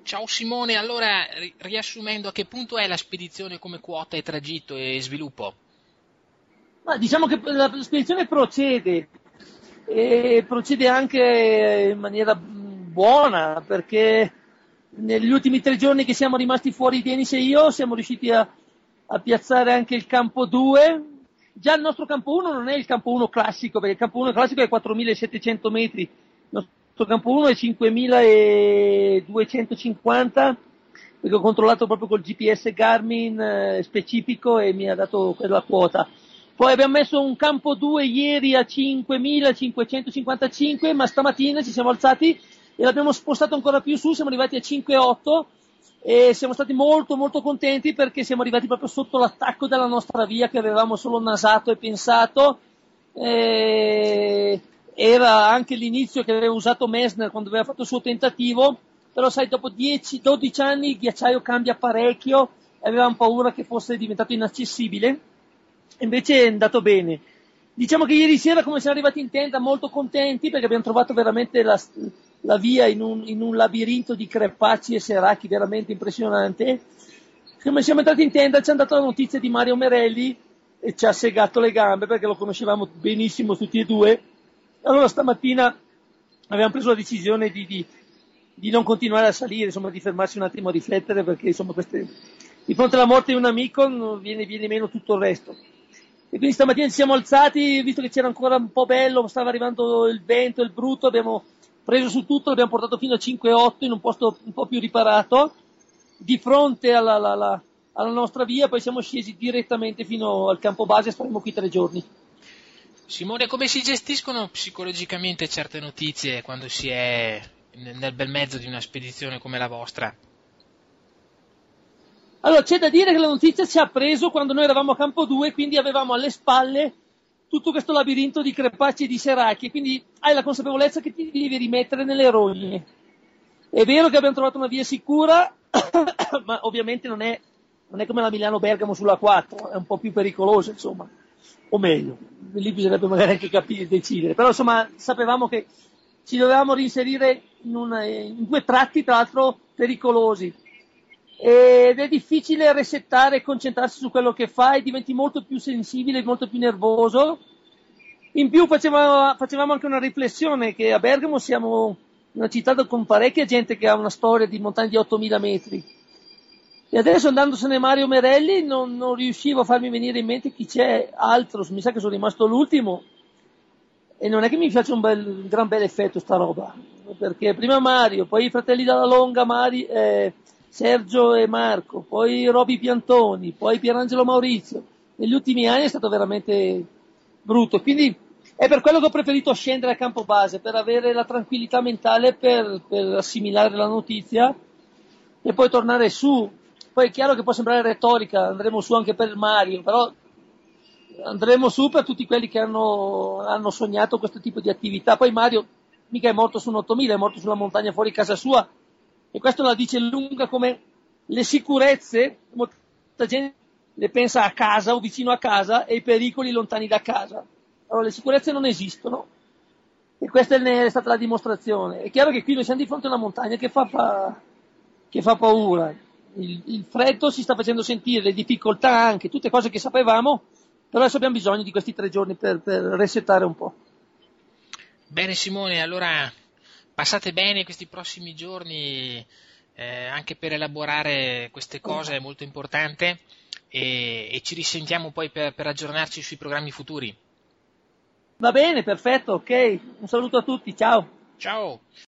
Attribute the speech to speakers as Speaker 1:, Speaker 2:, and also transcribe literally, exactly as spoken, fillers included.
Speaker 1: Ciao Simone, allora ri- riassumendo, a che punto è la spedizione come quota e tragitto e sviluppo?
Speaker 2: Ma diciamo che la la spedizione procede, e procede anche in maniera mh, buona, perché negli ultimi tre giorni che siamo rimasti fuori Denis e io siamo riusciti a, a piazzare anche il campo due. Già il nostro campo uno non è il campo uno classico, perché il campo uno classico è quattromilasettecento metri, il nostro campo uno è cinquemiladuecentocinquanta, perché ho controllato proprio col G P S Garmin eh, specifico e mi ha dato quella quota. Poi abbiamo messo un campo due ieri a cinquemilacinquecentocinquantacinque, ma stamattina ci siamo alzati e l'abbiamo spostato ancora più su, siamo arrivati a cinque virgola otto e siamo stati molto molto contenti perché siamo arrivati proprio sotto l'attacco della nostra via che avevamo solo nasato e pensato. E era anche l'inizio che aveva usato Messner quando aveva fatto il suo tentativo, però sai, dopo dieci dodici anni il ghiacciaio cambia parecchio e avevamo paura che fosse diventato inaccessibile. Invece è andato bene. Diciamo che ieri sera, come siamo arrivati in tenda, molto contenti perché abbiamo trovato veramente la, la via in un, in un labirinto di crepacci e seracchi veramente impressionante. Come siamo entrati in tenda ci hanno dato la notizia di Mario Merelli e ci ha segato le gambe perché lo conoscevamo benissimo tutti e due. Allora stamattina abbiamo preso la decisione di, di, di non continuare a salire, insomma di fermarsi un attimo a riflettere perché insomma queste, di fronte alla morte di un amico non viene, viene meno tutto il resto. E quindi stamattina ci siamo alzati, visto che c'era ancora un po' bello, stava arrivando il vento e il brutto, abbiamo preso su tutto, l'abbiamo portato fino a cinque virgola otto in un posto un po' più riparato, di fronte alla, alla, alla, alla nostra via, poi siamo scesi direttamente fino al campo base e staremo qui tre giorni.
Speaker 1: Simone, come si gestiscono psicologicamente certe notizie quando si è nel bel mezzo di una spedizione come la vostra?
Speaker 2: Allora, c'è da dire che la notizia ci ha preso quando noi eravamo a campo due, quindi avevamo alle spalle tutto questo labirinto di crepacci e di seracchi, quindi hai la consapevolezza che ti devi rimettere nelle rogne. È vero che abbiamo trovato una via sicura, ma ovviamente non è, non è come la Milano-Bergamo sulla quattro, è un po' più pericolosa, insomma. O meglio, lì bisognerebbe magari anche capire, decidere. Però insomma sapevamo che ci dovevamo reinserire in, una, in due tratti, tra l'altro pericolosi. Ed è difficile resettare e concentrarsi su quello che fai, diventi molto più sensibile, molto più nervoso. In più facevamo, facevamo anche una riflessione che a Bergamo siamo una città con parecchia gente che ha una storia di montagne di ottomila metri. E adesso andandosene Mario Merelli non, non riuscivo a farmi venire in mente chi c'è altro, mi sa che sono rimasto l'ultimo e non è che mi faccia un, bel, un gran bel effetto sta roba, perché prima Mario, poi i fratelli dalla Longa, Mari, eh, Sergio e Marco, poi Roby Piantoni, poi Pierangelo Maurizio. Negli ultimi anni è stato veramente brutto, quindi è per quello che ho preferito scendere a campo base, per avere la tranquillità mentale per, per assimilare la notizia e poi tornare su. Poi è chiaro che può sembrare retorica, andremo su anche per il Mario, però andremo su per tutti quelli che hanno, hanno sognato questo tipo di attività. Poi Mario mica è morto su un ottomila, è morto sulla montagna fuori casa sua e questo la dice lunga come le sicurezze, molta gente le pensa a casa o vicino a casa e i pericoli lontani da casa. Allora le sicurezze non esistono e questa è stata la dimostrazione. È chiaro che qui noi siamo di fronte a una montagna che fa, fa, che fa paura, il, il freddo si sta facendo sentire, le difficoltà anche, tutte cose che sapevamo, però adesso abbiamo bisogno di questi tre giorni per, per resettare un po'.
Speaker 1: Bene Simone, allora passate bene questi prossimi giorni eh, anche per elaborare queste cose, è molto importante e, e ci risentiamo poi per, per aggiornarci sui programmi futuri.
Speaker 2: Va bene, perfetto, ok. Un saluto a tutti, ciao.
Speaker 1: Ciao!